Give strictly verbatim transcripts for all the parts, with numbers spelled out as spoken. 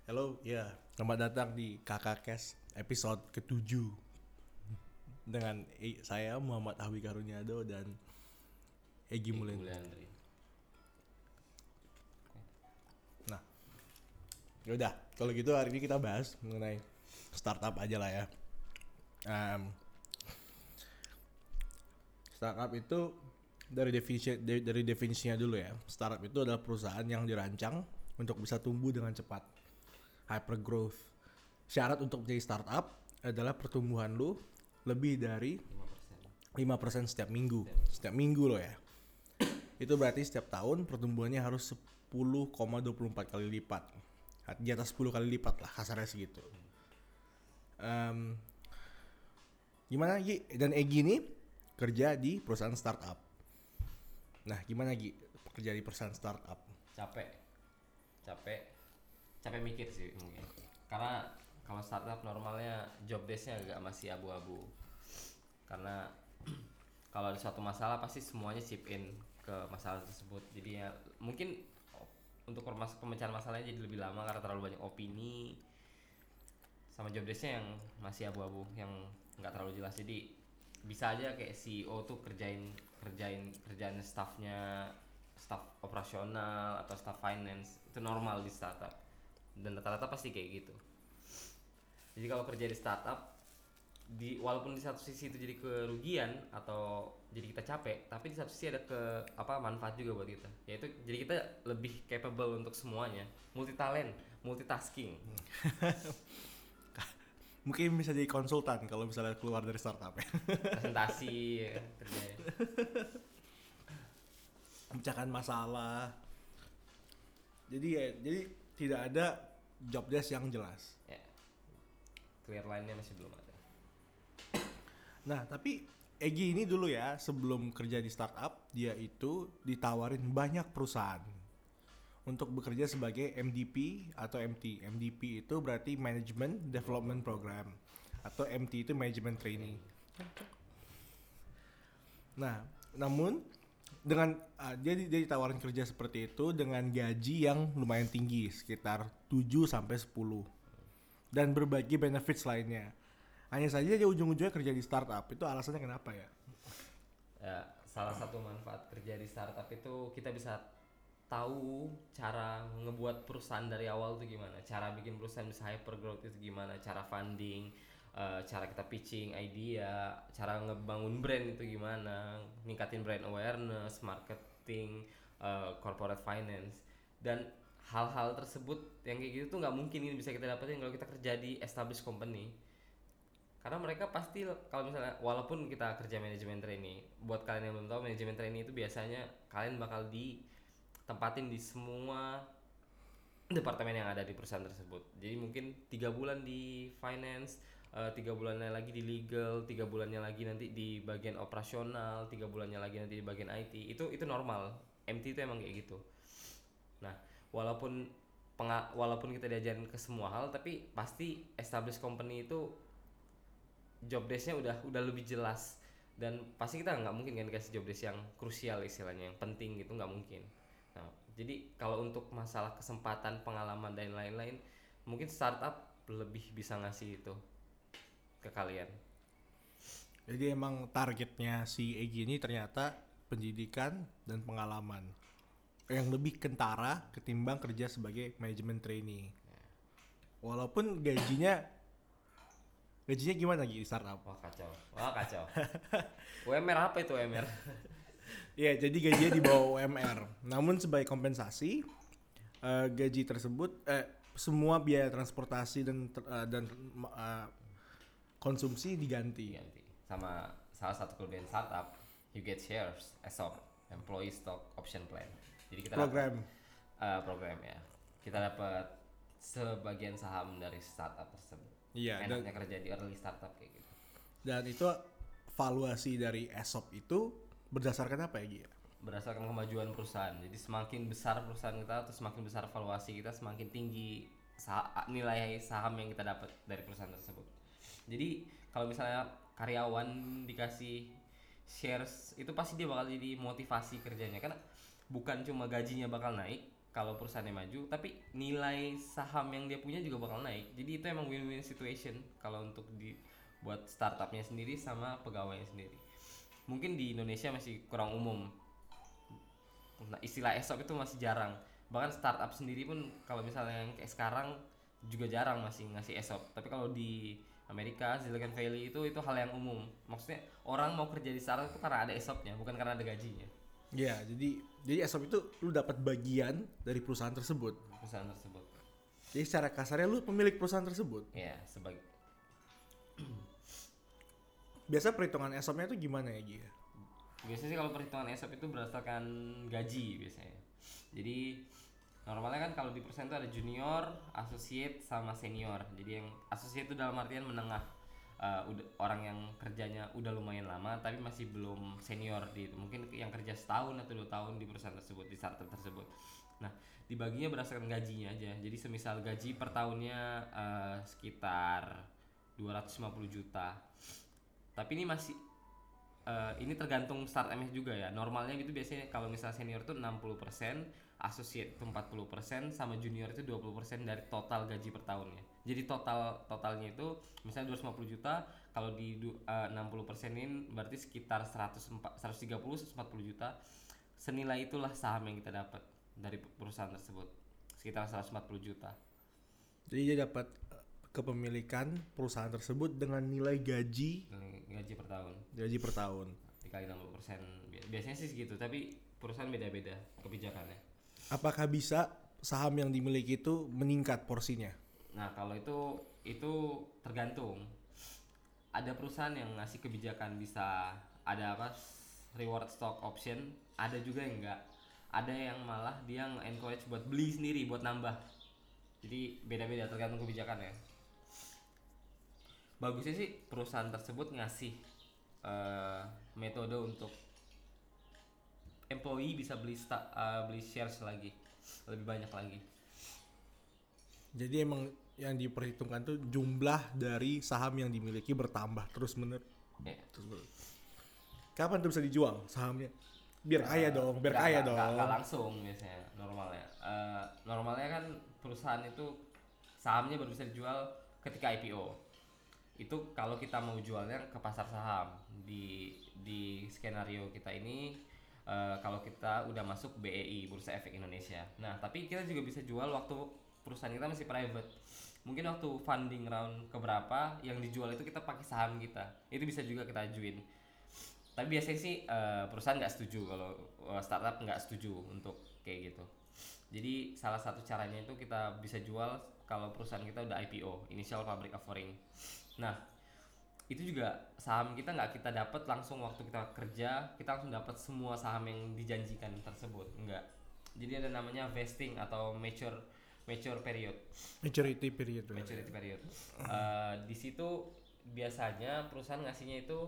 Halo, ya. Selamat datang di Kakak Kes episode ketujuh dengan I- saya Muhammad Ahwi Karunyado dan Egi Egi Mulen. Mulyandri. Nah, yaudah. Kalau gitu hari ini kita bahas mengenai startup aja lah ya. Em, startup itu dari definisi dari, dari definisinya dulu ya. Startup itu adalah perusahaan yang dirancang untuk bisa tumbuh dengan cepat, hyper growth. Syarat untuk menjadi startup adalah pertumbuhan lu lebih dari lima persen. lima persen setiap minggu. Setiap minggu loh ya. Itu berarti setiap tahun pertumbuhannya harus sepuluh koma dua puluh empat kali lipat. Di atas sepuluh kali lipat lah kasarnya segitu. Um, gimana Gi? Dan Egi ini kerja di perusahaan startup. Nah, gimana Gi kerja di perusahaan startup? Capek. Capek. Capek mikir sih mungkin. Karena kalau startup normalnya job desk-nya agak masih abu-abu. Karena kalau ada suatu masalah pasti semuanya chip in ke masalah tersebut. Jadi ya mungkin untuk pemecahan masalahnya jadi lebih lama karena terlalu banyak opini sama job desk-nya yang masih abu-abu, yang nggak terlalu jelas. Jadi bisa aja kayak C E O tuh kerjain kerjain kerjaan staffnya, staff operasional atau staff finance, itu normal di startup dan rata-rata pasti kayak gitu. Jadi kalau kerja di startup, di walaupun di satu sisi itu jadi kerugian atau jadi kita capek, tapi di satu sisi ada ke apa manfaat juga buat kita, yaitu jadi kita lebih capable untuk semuanya, multi talent, multitasking. Mungkin bisa jadi konsultan kalau misalnya keluar dari startup ya. Presentasi ya, kerjanya. Pecahkan masalah. Jadi ya, jadi tidak ada job desk yang jelas. Ya, clear line-nya masih belum ada. Nah, tapi Egi ini dulu ya, sebelum kerja di startup, dia itu ditawarin banyak perusahaan untuk bekerja sebagai M D P atau M T. M D P itu berarti Management Development Program atau M T itu Management Trainee. Nah, namun dengan uh, dia, dia ditawarin kerja seperti itu dengan gaji yang lumayan tinggi, sekitar tujuh sampai sepuluh, dan berbagai benefits lainnya. Hanya saja dia ujung-ujungnya kerja di startup. Itu alasannya kenapa ya? Ya, salah satu manfaat kerja di startup itu kita bisa tahu cara ngebuat perusahaan dari awal itu gimana, cara bikin perusahaan bisa hyper growth itu gimana, cara funding, uh, cara kita pitching idea, cara ngebangun brand itu gimana, ningkatin brand awareness, marketing, uh, corporate finance, dan hal-hal tersebut yang kayak gitu tuh nggak mungkin ini bisa kita dapetin kalau kita kerja di established company. Karena mereka pasti kalau misalnya walaupun kita kerja manajemen trainee, buat kalian yang belum tahu, manajemen trainee itu biasanya kalian bakal ditempatin di semua departemen yang ada di perusahaan tersebut. Jadi mungkin tiga bulan di finance, uh, tiga bulannya lagi di legal, tiga bulannya lagi nanti di bagian operasional, tiga bulannya lagi nanti di bagian I T. Itu itu normal. M T itu emang kayak gitu. Nah, walaupun penga- walaupun kita diajarin ke semua hal, tapi pasti established company itu job desk-nya udah udah lebih jelas, dan pasti kita nggak mungkin kan dikasih job desk yang krusial istilahnya, yang penting gitu, nggak mungkin. Nah, jadi kalau untuk masalah kesempatan, pengalaman dan lain-lain, mungkin startup lebih bisa ngasih itu ke kalian. Jadi emang targetnya si Egi ini ternyata pendidikan dan pengalaman yang lebih kentara ketimbang kerja sebagai manajemen trainee. Walaupun gajinya gajinya gimana Gi di startup? Wah kacau, wah kacau. U M R apa itu U M R? Ya, jadi gajinya di bawah U M R. Namun sebagai kompensasi eh, gaji tersebut eh, semua biaya transportasi dan ter- eh, dan eh, konsumsi diganti. Ganti. Sama salah satu kelebihan startup, you get shares, E S O P, employee stock option plan. Jadi kita Program. dapat uh, program ya. Kita dapat sebagian saham dari startup tersebut. Iya, dan Enaknya kerja di early startup kayak gitu. dan itu valuasi dari E S O P itu berdasarkan apa ya Gi? Berdasarkan kemajuan perusahaan. Jadi semakin besar perusahaan kita atau semakin besar valuasi kita, semakin tinggi sah- nilai saham yang kita dapat dari perusahaan tersebut. Jadi kalau misalnya karyawan dikasih shares, itu pasti dia bakal jadi motivasi kerjanya, karena bukan cuma gajinya bakal naik, kalau perusahaannya maju, tapi nilai saham yang dia punya juga bakal naik. Jadi itu emang win-win situation kalau untuk di buat startupnya sendiri sama pegawainya sendiri. Mungkin di Indonesia masih kurang umum. Nah, istilah ESOP itu masih jarang. Bahkan startup sendiri pun kalau misalnya yang kayak sekarang juga jarang masih ngasih ESOP. Tapi kalau di Amerika, Silicon Valley itu itu hal yang umum. Maksudnya orang mau kerja di startup itu karena ada ESOP-nya, bukan karena ada gajinya. Iya, jadi jadi ESOP itu lu dapat bagian dari perusahaan tersebut. Perusahaan tersebut. Jadi secara kasarnya lu pemilik perusahaan tersebut. Ya, sebagai Biasa perhitungan ESOP-nya itu gimana ya, Gi? biasanya sih kalau perhitungan ESOP itu berdasarkan gaji biasanya. Jadi normalnya kan kalau di perusahaan itu ada junior, associate, sama senior. Jadi yang associate itu dalam artian menengah, uh, udah orang yang kerjanya udah lumayan lama tapi masih belum senior di itu. Mungkin yang kerja setahun atau dua tahun di perusahaan tersebut, di startup tersebut. Nah, dibaginya berdasarkan gajinya aja. Jadi semisal gaji per tahunnya uh, sekitar dua ratus lima puluh juta. Tapi ini masih uh, ini tergantung startupnya juga ya. Normalnya gitu biasanya kalau misalnya senior itu enam puluh persen, associate itu empat puluh persen, sama junior itu dua puluh persen dari total gaji per tahunnya. Jadi total totalnya itu misalnya dua ratus lima puluh juta, kalau di uh, enam puluh persenin berarti sekitar seratus, seratus tiga puluh, seratus empat puluh juta. Senilai itulah saham yang kita dapat dari perusahaan tersebut. Sekitar seratus empat puluh juta. Jadi dia dapat kepemilikan perusahaan tersebut dengan nilai gaji gaji per tahun. Gaji per tahun. Dikali enam puluh persen. Biasanya sih segitu, tapi perusahaan beda-beda kebijakannya. Apakah bisa saham yang dimiliki itu meningkat porsinya? Nah, kalau itu itu tergantung. Ada perusahaan yang ngasih kebijakan bisa ada apa reward stock option, ada juga yang enggak. Ada yang malah dia encourage buat beli sendiri, buat nambah. Jadi beda-beda tergantung kebijakannya. Bagusnya sih perusahaan tersebut ngasih uh, metode untuk employee bisa beli sta- uh, beli shares lagi, lebih banyak lagi. Jadi emang yang diperhitungkan tuh jumlah dari saham yang dimiliki bertambah terus menerus. Yeah. Kapan tuh bisa dijual sahamnya? Biar kaya uh, dong, biar gak, kaya gak, dong. Gak, gak langsung biasanya normalnya. Uh, normalnya kan perusahaan itu sahamnya baru bisa dijual ketika I P O. Itu kalau kita mau jualnya ke pasar saham. Di di skenario kita ini uh, kalau kita udah masuk B E I, Bursa Efek Indonesia. Nah, tapi kita juga bisa jual waktu perusahaan kita masih private. Mungkin waktu funding round keberapa yang dijual itu kita pakai saham kita. Itu bisa juga kita ajuin. Tapi biasanya sih uh, perusahaan nggak setuju kalau uh, startup nggak setuju untuk kayak gitu. Jadi salah satu caranya itu kita bisa jual kalau perusahaan kita udah I P O, Initial Public Offering. Nah, itu juga saham kita nggak kita dapat langsung waktu kita kerja, kita langsung dapat semua saham yang dijanjikan tersebut, enggak. Jadi ada namanya vesting atau mature mature period. Maturity period. Maturity period. Uh, di situ biasanya perusahaan ngasihnya itu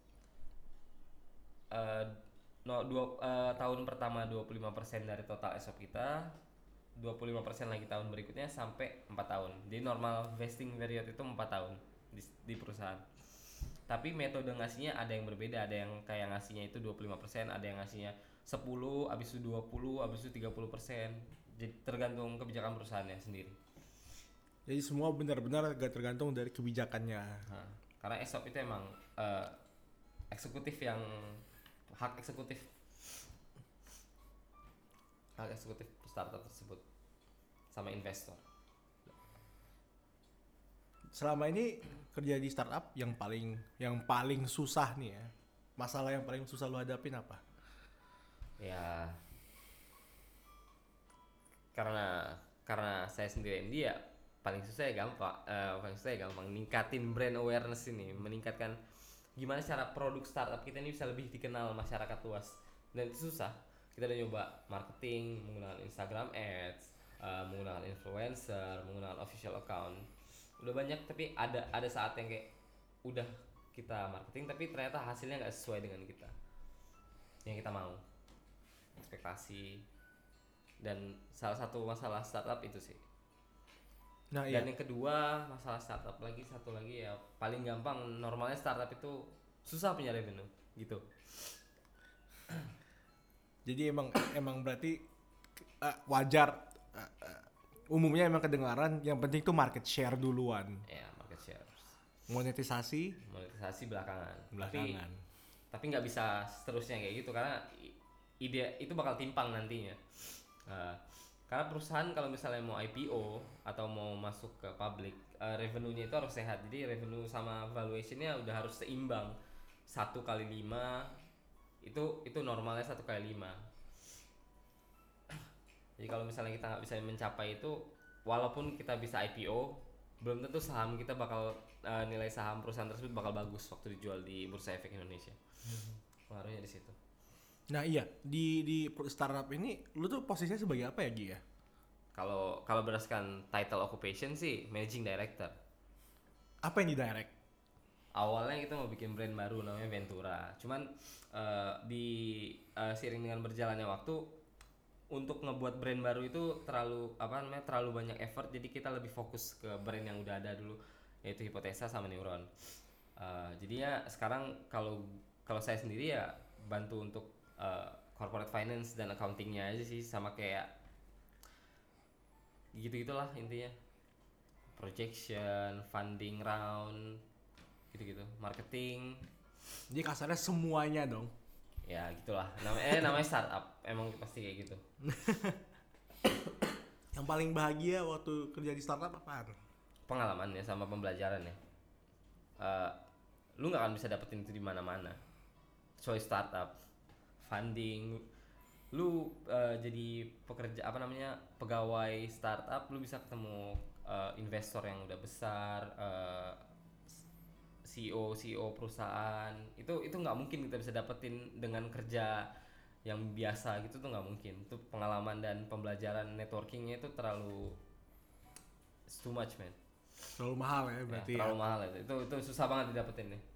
uh, no, dua, uh, tahun pertama dua puluh lima persen dari total ESOP kita, dua puluh lima persen lagi tahun berikutnya sampai empat tahun. Jadi normal vesting period itu empat tahun di, di perusahaan. Tapi metode ngasihnya ada yang berbeda, ada yang kayak ngasihnya itu dua puluh lima persen, ada yang ngasihnya sepuluh, habis itu dua puluh, habis itu tiga puluh persen. Jadi tergantung kebijakan perusahaannya sendiri. Jadi semua benar-benar gak tergantung dari kebijakannya. Nah, karena ESOP itu emang uh, eksekutif yang hak eksekutif hak eksekutif startup tersebut sama investor. Selama ini kerja di startup yang paling yang paling susah nih ya, masalah yang paling susah lo hadapin apa? Ya karena karena saya sendiri dia paling susah ya gampang uh, paling susah ya gampang ningkatin brand awareness ini, meningkatkan gimana cara produk startup kita ini bisa lebih dikenal masyarakat luas. Dan itu susah. Kita udah nyoba marketing menggunakan Instagram ads, uh, menggunakan influencer, menggunakan official account, udah banyak, tapi ada ada saat yang kayak udah kita marketing tapi ternyata hasilnya nggak sesuai dengan kita yang kita mau ekspektasi. Dan salah satu masalah startup itu sih. Nah, dan iya. Yang kedua masalah startup lagi satu lagi ya paling gampang, normalnya startup itu susah punya revenue gitu. Jadi emang emang berarti uh, wajar uh, uh, umumnya emang kedengaran yang penting tuh market share duluan. Ya, market share. Monetisasi Monetisasi belakangan. belakangan. Tapi tapi nggak bisa seterusnya kayak gitu karena ide itu bakal timpang nantinya. Uh, karena perusahaan kalau misalnya mau I P O atau mau masuk ke public, uh, revenue-nya itu harus sehat. Jadi revenue sama valuation-nya udah harus seimbang. Satu kali lima itu itu normalnya satu kali lima. Jadi kalau misalnya kita nggak bisa mencapai itu, walaupun kita bisa I P O, belum tentu saham kita bakal uh, nilai saham perusahaan tersebut bakal bagus waktu dijual di Bursa Efek Indonesia. Pengaruhnya di situ. Nah iya, di di startup ini lu tuh posisinya sebagai apa ya Gi ya? Kalau kalau berdasarkan title occupation sih managing director. Apa yang di direct? Awalnya kita mau bikin brand baru namanya Ventura. Cuman uh, di uh, seiring dengan berjalannya waktu untuk ngebuat brand baru itu terlalu apa namanya terlalu banyak effort, jadi kita lebih fokus ke brand yang udah ada dulu, yaitu Hipotesa sama Neuron. Uh, jadinya sekarang kalau kalau saya sendiri ya bantu untuk uh, corporate finance dan accountingnya aja sih, sama kayak gitu-gitulah intinya, projection, funding round, gitu-gitu, marketing. Jadi kasarnya semuanya dong. Ya gitulah, namanya eh, namanya startup emang pasti kayak gitu. Yang paling bahagia waktu kerja di startup apaan? Pengalaman ya sama pembelajaran ya. Uh, lu nggak akan bisa dapetin itu di mana-mana. Soal startup, funding, lu uh, jadi pekerja apa namanya pegawai startup, lu bisa ketemu uh, investor yang udah besar, uh, C E O C E O perusahaan. Itu itu nggak mungkin kita bisa dapetin dengan kerja yang biasa gitu, tuh nggak mungkin. Itu pengalaman dan pembelajaran networkingnya itu terlalu it's too much man. Terlalu mahal ya berarti ya, terlalu ya. mahal itu. itu itu susah banget didapetin nih.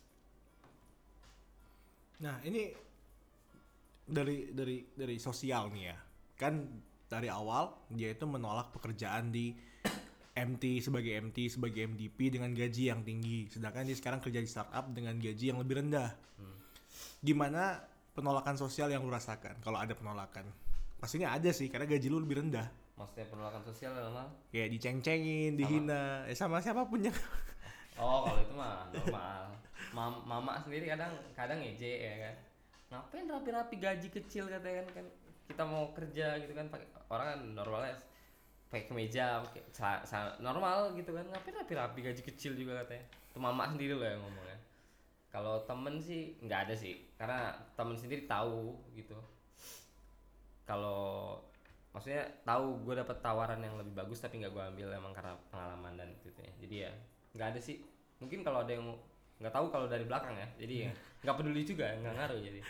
Nah ini dari dari dari sosial nih ya, kan dari awal dia itu menolak pekerjaan di M T sebagai M T sebagai M D P dengan gaji yang tinggi, sedangkan dia sekarang kerja di startup dengan gaji yang lebih rendah. Hmm. Gimana penolakan sosial yang lu rasakan kalau ada penolakan? Pastinya ada sih karena gaji lu lebih rendah. Maksudnya penolakan sosial dalam hal? Kayak diceng-cengin, dihina, sama, eh, sama siapapun yang. Oh kalau itu mah normal. Mam- mama sendiri kadang kadang ngeje ya kan. Ngapain rapi-rapi gaji kecil katanya kan, kan kita mau kerja gitu kan, pakai orang kan normalnya pakai kemeja, pakai celana normal gitu kan, ngapain rapi-rapi gaji kecil juga katanya. Itu mama sendiri loh yang ngomongnya. Kalau temen sih nggak ada sih, karena temen sendiri tahu gitu. Kalau maksudnya tahu gue dapet tawaran yang lebih bagus tapi nggak gue ambil emang karena pengalaman dan itu ya. Jadi ya nggak ada sih. Mungkin kalau ada yang nggak tahu kalau dari belakang ya, jadi ya nggak peduli juga, nggak ngaruh jadi.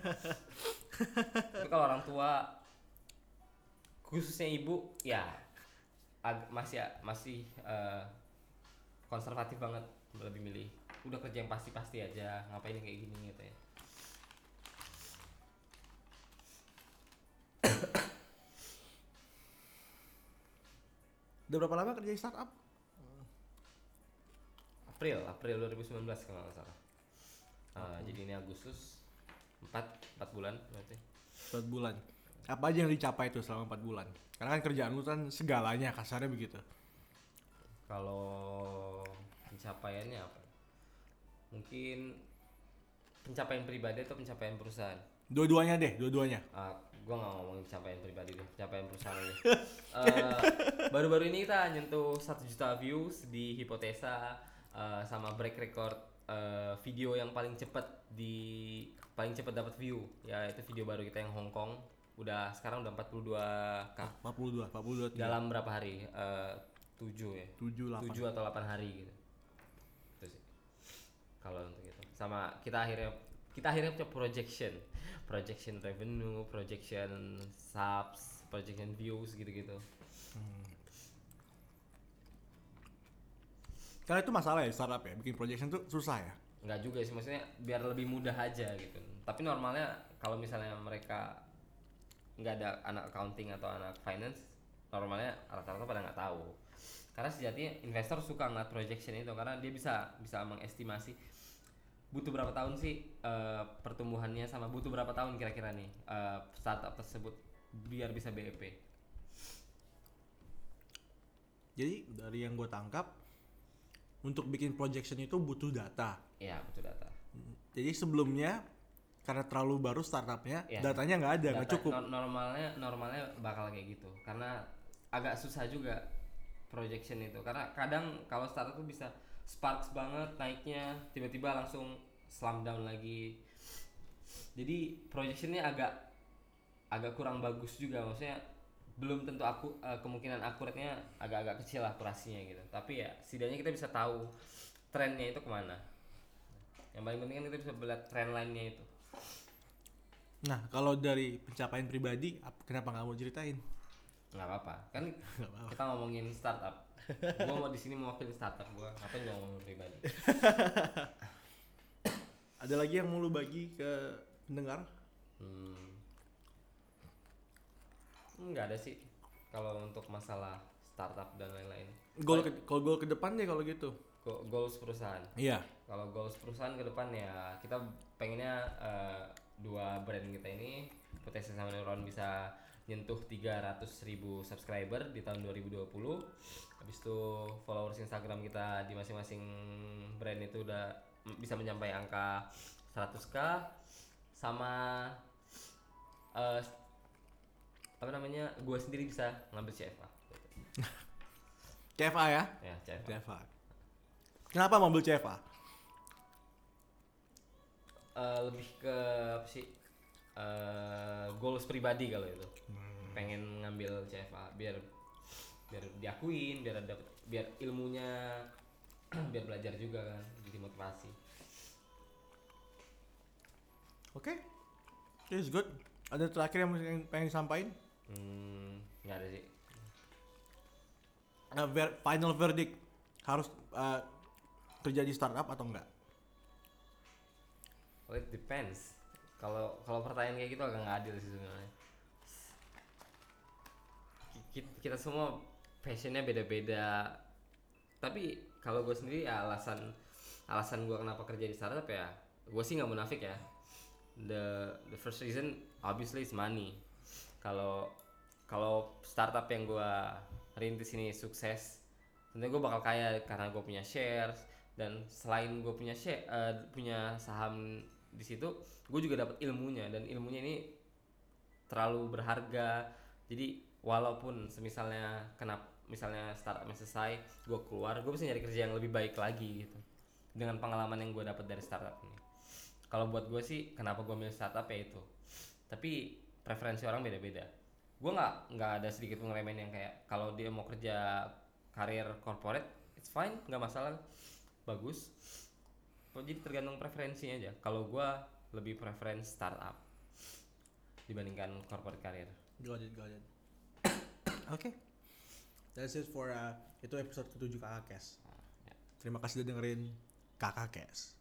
Tapi kalau orang tua khususnya ibu ya ag- masih masih uh, konservatif banget, lebih milih udah kerja yang pasti-pasti aja, ngapain yang kayak gini gitu ya. Udah berapa lama kerja di startup? April April dua ribu sembilan belas kalau nggak salah. Uh, hmm. Jadi ini Agustus, empat bulan berarti. empat bulan. Apa aja yang dicapai itu selama empat bulan? Karena kan kerjaan lu kan segalanya, kasarnya begitu. Kalau pencapaiannya apa? Mungkin pencapaian pribadi atau pencapaian perusahaan? Dua-duanya deh, dua-duanya. Uh, gua nggak ngomongin pencapaian pribadi deh, pencapaian perusahaan aja. uh, baru-baru ini kita nyentuh satu juta views di Hipotesa, uh, sama break record uh, video yang paling cepat di paling cepat dapat view, ya itu video baru kita yang Hong Kong. Udah sekarang udah empat puluh dua k. empat puluh dua, empat puluh dua. Dalam berapa hari? Uh, tujuh ya. tujuh, delapan. tujuh atau delapan hari gitu. Itu sih. Kalau untuk itu. Sama kita akhirnya kita akhirnya punya projection. Projection revenue, projection subs, projection views gitu-gitu. Hmm. Karena itu masalah ya startup ya, bikin projection tuh susah ya? Enggak juga sih, maksudnya biar lebih mudah aja gitu. Tapi normalnya kalau misalnya mereka nggak ada anak accounting atau anak finance, normalnya rata-rata pada nggak tahu. Karena sejatinya investor suka ngeliat projection itu karena dia bisa bisa mengestimasi butuh berapa tahun sih uh, pertumbuhannya, sama butuh berapa tahun kira-kira nih uh, startup tersebut biar bisa B E P. Jadi dari yang gue tangkap, untuk bikin projection itu butuh data. Iya, butuh data. Jadi sebelumnya karena terlalu baru startupnya, Ya, datanya nggak ada, nggak data, cukup. no- normalnya normalnya bakal kayak gitu karena agak susah juga projection itu, karena kadang kalau startup tuh bisa sparks banget naiknya, tiba-tiba langsung slam down lagi. Jadi projectionnya agak agak kurang bagus juga, maksudnya belum tentu aku eh, kemungkinan akuratnya agak-agak kecil lah akurasinya gitu. Tapi ya setidaknya kita bisa tahu trennya itu kemana. Yang paling penting kan kita bisa melihat trend line-nya itu. Nah kalau dari pencapaian pribadi, ap- kenapa nggak mau ceritain? Nggak apa-apa kan, Nggak apa-apa. kita ngomongin startup. Gua mau di sini mewakili startup gua, ngapain gua ngomong pribadi. Ada lagi yang mau lu bagi ke pendengar? Hmm. Nggak ada sih kalau untuk masalah startup dan lain-lain. Goal ke, kalau goal ke depan deh kalau gitu. Go- goals perusahaan. Iya. Kalau goals perusahaan ke depan ya kita pengennya eh, dua brand kita ini Potensi sama Neuron bisa nyentuh tiga ratus ribu subscriber di tahun dua ribu dua puluh. Habis itu followers Instagram kita di masing-masing brand itu udah m- bisa mencapai angka seratus k, sama eh, apa namanya, gue sendiri bisa ngambil C F A. C F A ya? Ya, C F A. C F A. Kenapa mau ambil C F A? Eh, lebih ke apa sih, eh, goals pribadi kalau itu. Pengen ngambil C F A biar biar diakuin, biar ada, biar ilmunya biar belajar juga kan, jadi motivasi. Oke. Okay. It's good. Ada terakhir yang pengen, pengen disampaikan? Hmm, nggak ada sih. Uh, ver- final verdict harus uh, kerja di startup atau enggak? Well, it depends. Kalau kalau pertanyaan kayak gitu agak nggak adil sih sebenarnya. Ki- Kita semua passionnya beda-beda. Tapi kalau gue sendiri ya alasan alasan gue kenapa kerja di startup ya, gue sih nggak munafik ya. The the first reason obviously is money. Kalau kalau startup yang gue rintis ini sukses, tentunya gue bakal kaya karena gue punya shares, dan selain gue punya share eh, punya saham di situ, gue juga dapat ilmunya, dan ilmunya ini terlalu berharga. Jadi walaupun semisalnya kenapa misalnya startupnya selesai, gue keluar, gue bisa nyari kerja yang lebih baik lagi gitu dengan pengalaman yang gue dapat dari startup ini. Kalau buat gue sih kenapa gue milih startup ya itu. Tapi preferensi orang beda-beda. Gue nggak nggak ada sedikit pun ngeremehin yang kayak kalau dia mau kerja karir corporate, it's fine, nggak masalah, bagus. Jadi tergantung preferensinya aja. Kalau gue lebih preference startup dibandingkan corporate career. Got it, got it. Oke. Okay. That's it for uh, itu episode ketujuh Kakak Kes. Nah, ya. Terima kasih udah dengerin Kakak Kes.